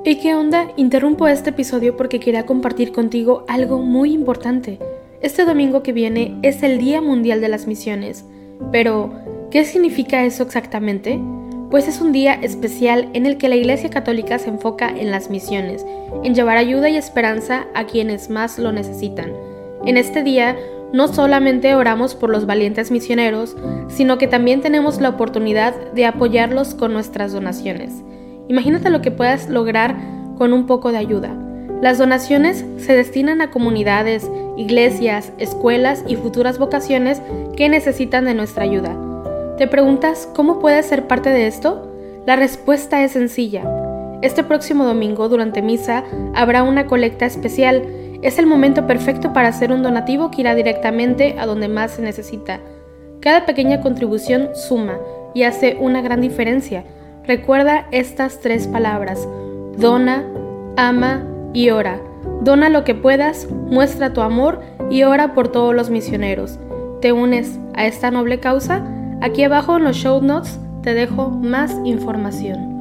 ¿Y qué onda? Interrumpo este episodio porque quería compartir contigo algo muy importante. Este domingo que viene es el Día Mundial de las Misiones. Pero, ¿qué significa eso exactamente? Pues es un día especial en el que la Iglesia Católica se enfoca en las misiones, en llevar ayuda y esperanza a quienes más lo necesitan. En este día, no solamente oramos por los valientes misioneros, sino que también tenemos la oportunidad de apoyarlos con nuestras donaciones. Imagínate lo que puedas lograr con un poco de ayuda. Las donaciones se destinan a comunidades, iglesias, escuelas y futuras vocaciones que necesitan de nuestra ayuda. ¿Te preguntas cómo puedes ser parte de esto? La respuesta es sencilla. Este próximo domingo, durante misa, habrá una colecta especial. Es el momento perfecto para hacer un donativo que irá directamente a donde más se necesita. Cada pequeña contribución suma y hace una gran diferencia. Recuerda estas 3 palabras: dona, ama y ora. Dona lo que puedas, muestra tu amor y ora por todos los misioneros. ¿Te unes a esta noble causa? Aquí abajo en los show notes te dejo más información.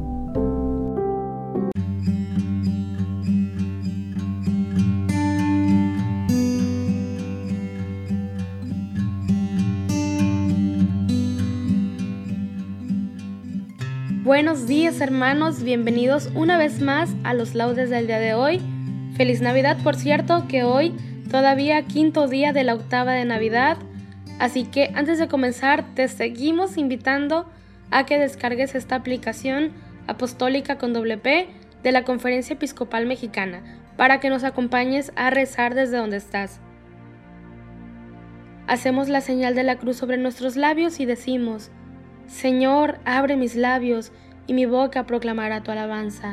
Buenos días, hermanos, bienvenidos una vez más a los laudes del día de hoy. Feliz Navidad, por cierto, que hoy todavía 5º día de la octava de Navidad. Así que antes de comenzar te seguimos invitando a que descargues esta aplicación apostólica con P de la Conferencia Episcopal Mexicana para que nos acompañes a rezar desde donde estás. Hacemos la señal de la cruz sobre nuestros labios y decimos: Señor, abre mis labios y mi boca proclamará tu alabanza.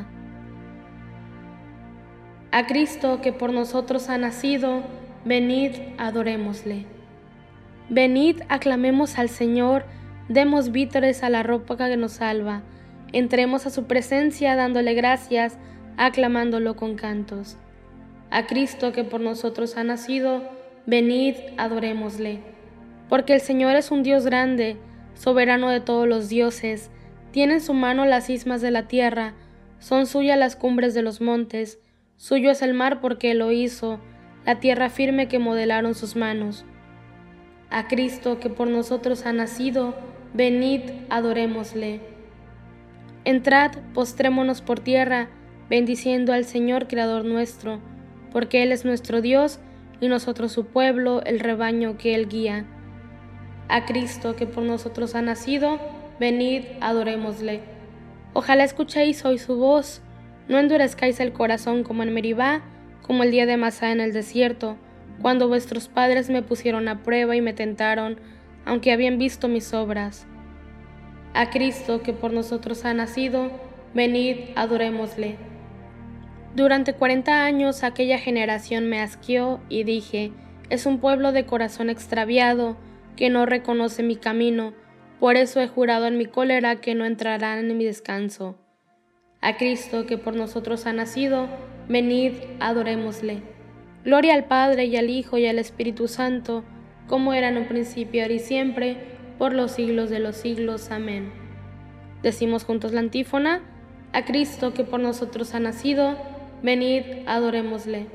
A Cristo que por nosotros ha nacido, venid, adorémosle. Venid, aclamemos al Señor, demos vítores a la roca que nos salva, entremos a su presencia dándole gracias, aclamándolo con cantos. A Cristo que por nosotros ha nacido, venid, adorémosle. Porque el Señor es un Dios grande, soberano de todos los dioses, tiene en su mano las ismas de la tierra, son suyas las cumbres de los montes, suyo es el mar porque él lo hizo, la tierra firme que modelaron sus manos. A Cristo que por nosotros ha nacido, venid, adorémosle. Entrad, postrémonos por tierra, bendiciendo al Señor Creador nuestro, porque Él es nuestro Dios y nosotros su pueblo, el rebaño que Él guía. A Cristo que por nosotros ha nacido, venid, adorémosle. Ojalá escuchéis hoy su voz, no endurezcáis el corazón como en Meribá, como el día de Masá en el desierto, cuando vuestros padres me pusieron a prueba y me tentaron, aunque habían visto mis obras. A Cristo que por nosotros ha nacido, venid, adorémosle. Durante 40 años aquella generación me asqueó y dije: es un pueblo de corazón extraviado, que no reconoce mi camino, por eso he jurado en mi cólera que no entrarán en mi descanso. A Cristo que por nosotros ha nacido, venid, adorémosle. Gloria al Padre y al Hijo y al Espíritu Santo, como era en un principio, ahora y siempre, por los siglos de los siglos. Amén. Decimos juntos la antífona: a Cristo que por nosotros ha nacido, venid, adorémosle.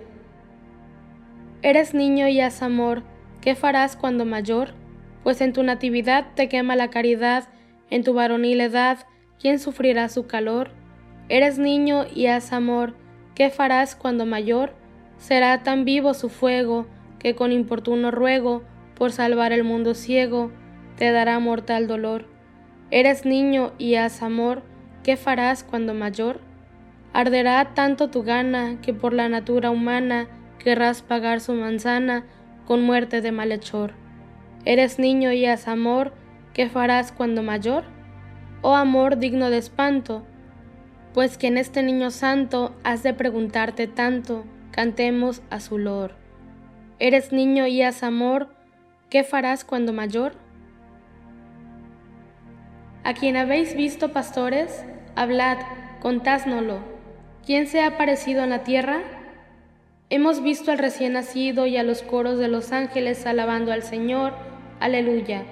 Eres niño y haz amor, ¿qué farás cuando mayor? Pues en tu natividad te quema la caridad, en tu varonil edad, ¿quién sufrirá su calor? Eres niño y haz amor, ¿qué farás cuando mayor? Será tan vivo su fuego, que con importuno ruego, por salvar el mundo ciego, te dará mortal dolor. Eres niño y haz amor, ¿qué farás cuando mayor? Arderá tanto tu gana, que por la natura humana querrás pagar su manzana con muerte de malhechor. Eres niño y haz amor, ¿qué farás cuando mayor? Oh amor digno de espanto, pues que en este niño santo has de preguntarte tanto, cantemos a su loor. Eres niño y haz amor, ¿qué farás cuando mayor? A quien habéis visto, pastores, hablad, contádnoslo. ¿Quién se ha aparecido en la tierra? Hemos visto al recién nacido y a los coros de los ángeles alabando al Señor. Aleluya.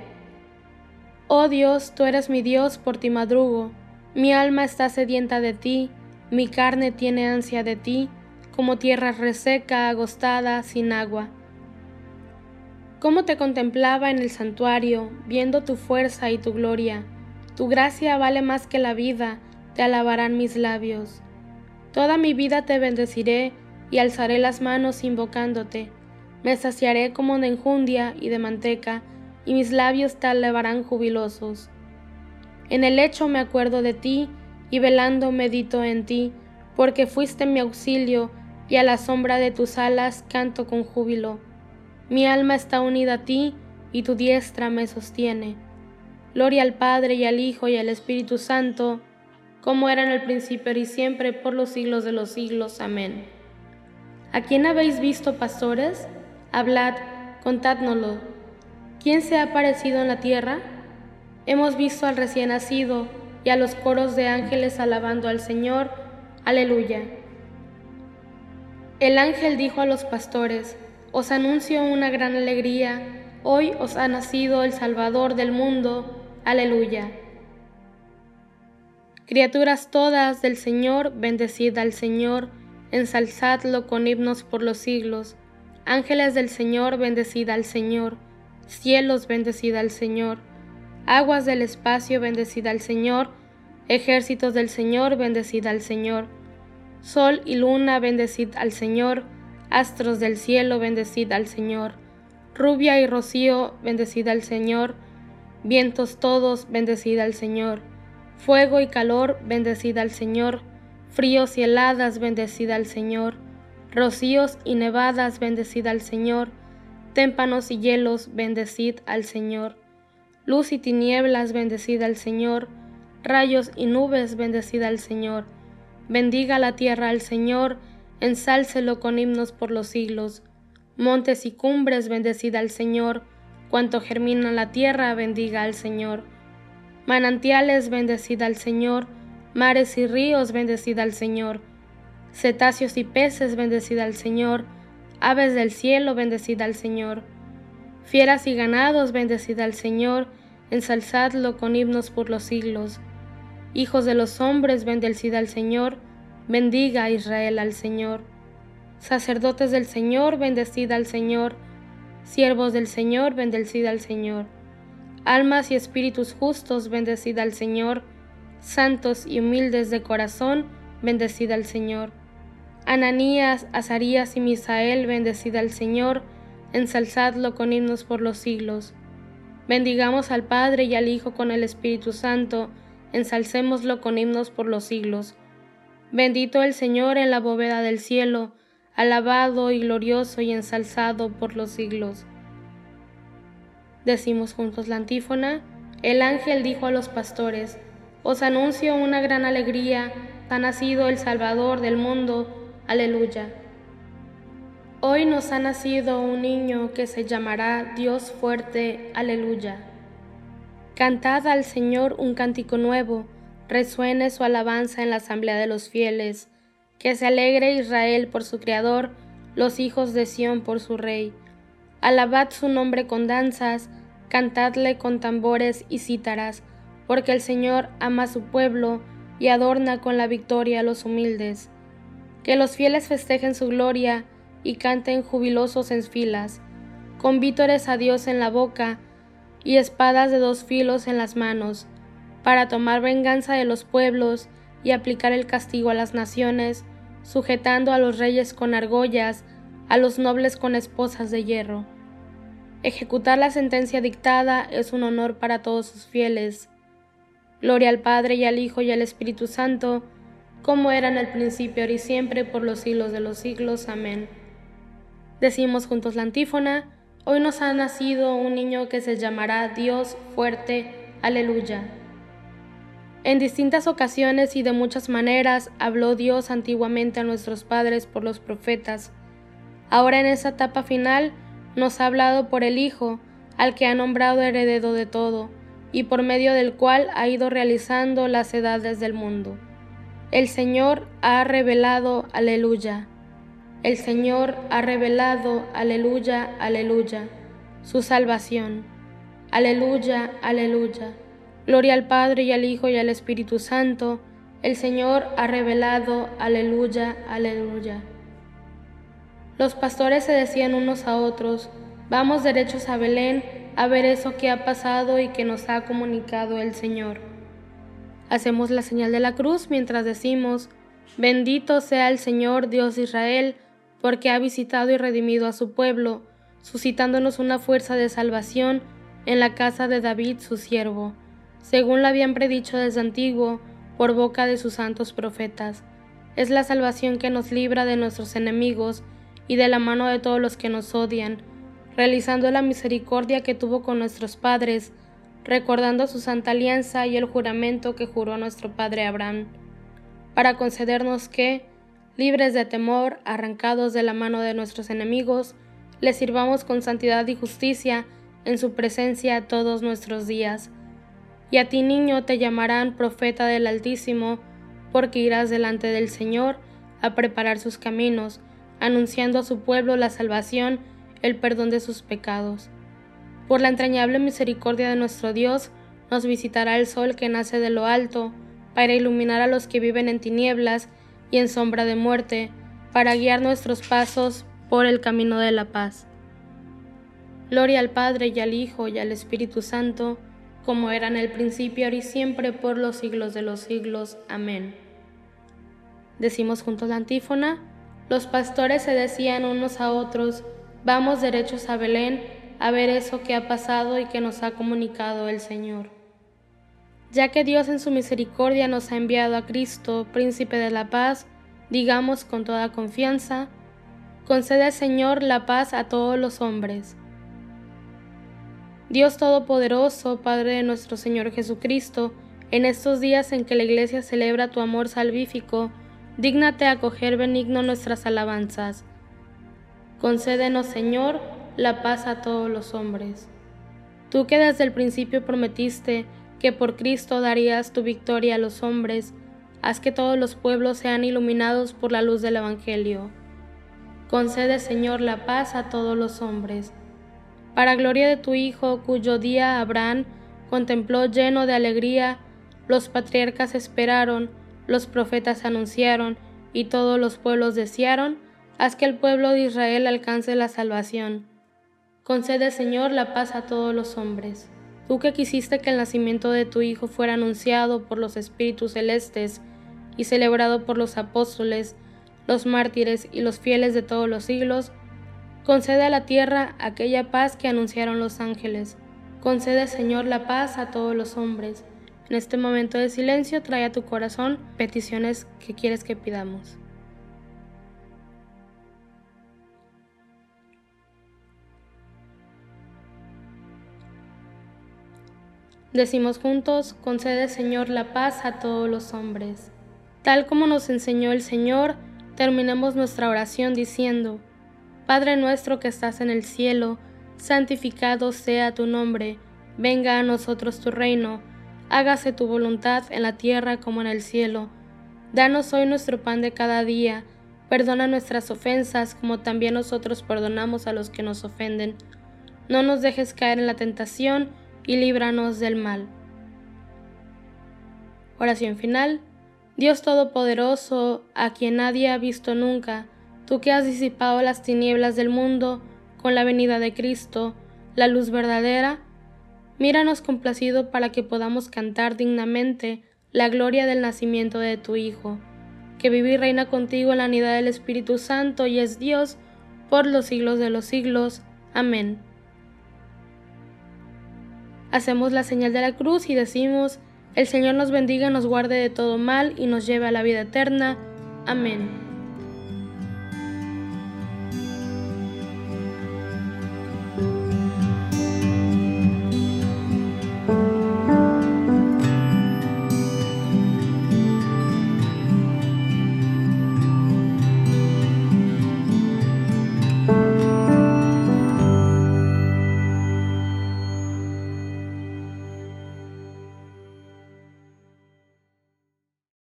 Oh Dios, tú eres mi Dios, por ti madrugo. Mi alma está sedienta de ti, Mi carne tiene ansia de ti, como tierra reseca, agostada, sin agua. Cómo te contemplaba en el santuario, viendo tu fuerza y tu gloria. Tu gracia vale más que la vida, te alabarán mis labios. Toda mi vida te bendeciré y alzaré las manos invocándote. Me saciaré como de enjundia y de manteca, y mis labios te alabarán jubilosos. En el lecho me acuerdo de ti, y velando medito en ti, porque fuiste mi auxilio, y a la sombra de tus alas canto con júbilo. Mi alma está unida a ti, y tu diestra me sostiene. Gloria al Padre, y al Hijo, y al Espíritu Santo, como era en el principio, y siempre, por los siglos de los siglos. Amén. ¿A quién habéis visto, pastores? Hablad, contádnoslo. ¿Quién se ha aparecido en la tierra? Hemos visto al recién nacido, y a los coros de ángeles alabando al Señor. Aleluya. El ángel dijo a los pastores: Os anuncio una gran alegría, hoy os ha nacido el Salvador del mundo. Aleluya. Criaturas todas del Señor, bendecid al Señor, ensalzadlo con himnos por los siglos. Ángeles del Señor, bendecid al Señor. Cielos, bendecid al Señor. Aguas del espacio, bendecid al Señor. Ejércitos del Señor, bendecid al Señor. Sol y luna, bendecid al Señor. Astros del cielo, bendecid al Señor. Rubia y rocío, bendecid al Señor. Vientos todos, bendecid al Señor. Fuego y calor, bendecid al Señor. Fríos y heladas, bendecid al Señor. Rocíos y nevadas, bendecid al Señor. Témpanos y hielos, bendecid al Señor. Luz y tinieblas, bendecid al Señor. Rayos y nubes, bendecid al Señor. Bendiga la tierra al Señor, ensálcelo con himnos por los siglos. Montes y cumbres, bendecid al Señor. Cuanto germina la tierra, bendiga al Señor. Manantiales, bendecid al Señor. Mares y ríos, bendecid al Señor. Cetáceos y peces, bendecid al Señor. Aves del cielo, bendecid al Señor. Fieras y ganados, bendecid al Señor. Ensalzadlo con himnos por los siglos. Hijos de los hombres, bendecid al Señor. Bendiga a Israel al Señor. Sacerdotes del Señor, bendecid al Señor. Siervos del Señor, bendecid al Señor. Almas y espíritus justos, bendecid al Señor. Santos y humildes de corazón, bendecid al Señor. Ananías, Azarías y Misael, bendecid al Señor. Ensalzadlo con himnos por los siglos. Bendigamos al Padre y al Hijo con el Espíritu Santo. Ensalcémoslo con himnos por los siglos. Bendito el Señor en la bóveda del cielo, alabado y glorioso y ensalzado por los siglos. Decimos juntos la antífona. El ángel dijo a los pastores: Os anuncio una gran alegría, ha nacido el Salvador del mundo. Aleluya. Hoy nos ha nacido un niño que se llamará Dios fuerte. Aleluya. Cantad al Señor un cántico nuevo, resuene su alabanza en la asamblea de los fieles. Que se alegre Israel por su Creador, los hijos de Sión por su Rey. Alabad su nombre con danzas, cantadle con tambores y cítaras, porque el Señor ama a su pueblo y adorna con la victoria a los humildes. Que los fieles festejen su gloria y canten jubilosos en filas, con vítores a Dios en la boca y espadas de dos filos en las manos, para tomar venganza de los pueblos y aplicar el castigo a las naciones, sujetando a los reyes con argollas, a los nobles con esposas de hierro. Ejecutar la sentencia dictada es un honor para todos sus fieles. Gloria al Padre y al Hijo y al Espíritu Santo, como era en el principio, ahora y siempre, por los siglos de los siglos. Amén. Decimos juntos la antífona. Hoy nos ha nacido un niño que se llamará Dios fuerte. Aleluya. En distintas ocasiones y de muchas maneras habló Dios antiguamente a nuestros padres por los profetas. Ahora en esta etapa final nos ha hablado por el Hijo, al que ha nombrado heredero de todo, y por medio del cual ha ido realizando las edades del mundo. El Señor ha revelado, aleluya. El Señor ha revelado, aleluya, aleluya, su salvación. Aleluya, aleluya. Gloria al Padre y al Hijo y al Espíritu Santo, El Señor ha revelado, aleluya, aleluya. Los pastores se decían unos a otros: vamos derechos a Belén a ver eso que ha pasado y que nos ha comunicado el Señor. Hacemos la señal de la cruz mientras decimos: bendito sea el Señor Dios de Israel, porque ha visitado y redimido a su pueblo, suscitándonos una fuerza de salvación en la casa de David su siervo, según lo habían predicho desde antiguo por boca de sus santos profetas. Es la salvación que nos libra de nuestros enemigos y de la mano de todos los que nos odian, realizando la misericordia que tuvo con nuestros padres, recordando su santa alianza y el juramento que juró nuestro padre Abraham, para concedernos que, libres de temor, arrancados de la mano de nuestros enemigos, le sirvamos con santidad y justicia en su presencia todos nuestros días. Y a ti, niño, te llamarán profeta del Altísimo, porque irás delante del Señor a preparar sus caminos, anunciando a su pueblo la salvación, el perdón de sus pecados. Por la entrañable misericordia de nuestro Dios, nos visitará el sol que nace de lo alto, para iluminar a los que viven en tinieblas y en sombra de muerte, para guiar nuestros pasos por el camino de la paz. Gloria al Padre y al Hijo y al Espíritu Santo, como era en el principio, ahora y siempre, por los siglos de los siglos. Amén. Decimos juntos la antífona. Los pastores se decían unos a otros: vamos derechos a Belén a ver eso que ha pasado y que nos ha comunicado el Señor. Ya que Dios en su misericordia nos ha enviado a Cristo, Príncipe de la paz, digamos con toda confianza: concede, Señor, la paz a todos los hombres. Dios Todopoderoso, Padre de nuestro Señor Jesucristo, en estos días en que la Iglesia celebra tu amor salvífico, dígnate acoger benigno nuestras alabanzas. Concédenos, Señor, la paz a todos los hombres. Tú que desde el principio prometiste que por Cristo darías tu victoria a los hombres, haz que todos los pueblos sean iluminados por la luz del Evangelio. Concede, Señor, la paz a todos los hombres. Para gloria de tu Hijo, cuyo día Abraham contempló lleno de alegría, los patriarcas esperaron, los profetas anunciaron, y todos los pueblos desearon, haz que el pueblo de Israel alcance la salvación. Concede, Señor, la paz a todos los hombres. Tú que quisiste que el nacimiento de tu Hijo fuera anunciado por los espíritus celestes y celebrado por los apóstoles, los mártires y los fieles de todos los siglos, concede a la tierra aquella paz que anunciaron los ángeles. Concede, Señor, la paz a todos los hombres. En este momento de silencio, trae a tu corazón peticiones que quieres que pidamos. Decimos juntos: concede, Señor, la paz a todos los hombres. Tal como nos enseñó el Señor, terminemos nuestra oración diciendo: Padre nuestro que estás en el cielo, santificado sea tu nombre, venga a nosotros tu reino, hágase tu voluntad en la tierra como en el cielo. Danos hoy nuestro pan de cada día, perdona nuestras ofensas como también nosotros perdonamos a los que nos ofenden. No nos dejes caer en la tentación y líbranos del mal. Oración final. Dios Todopoderoso, a quien nadie ha visto nunca, tú que has disipado las tinieblas del mundo con la venida de Cristo, la luz verdadera, míranos complacido para que podamos cantar dignamente la gloria del nacimiento de tu Hijo, que vive y reina contigo en la unidad del Espíritu Santo y es Dios por los siglos de los siglos. Amén. Hacemos la señal de la cruz y decimos: el Señor nos bendiga y nos guarde de todo mal y nos lleve a la vida eterna. Amén.